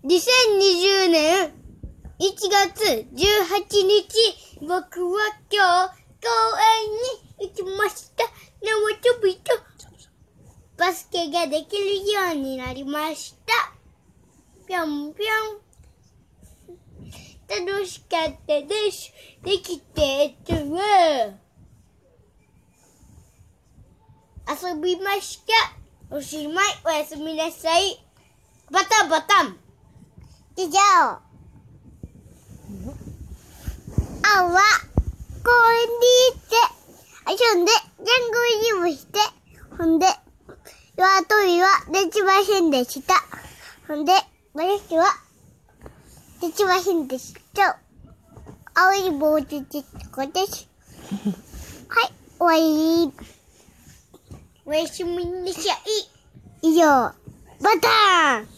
2020年1月18日、僕は今日公園に行きました。縄跳びとバスケができるようになりました。ぴょんぴょん。楽しかったです。できて遊びました。おしまい。おやすみなさい。バタンバタン。以上。あは公園に行って遊んでジャングルジムして、ほんで縄跳びはできませんでした。ほんで私はできませんでした。青い帽子でこです。はい、終わり。おやすみなさい。以上、バターン。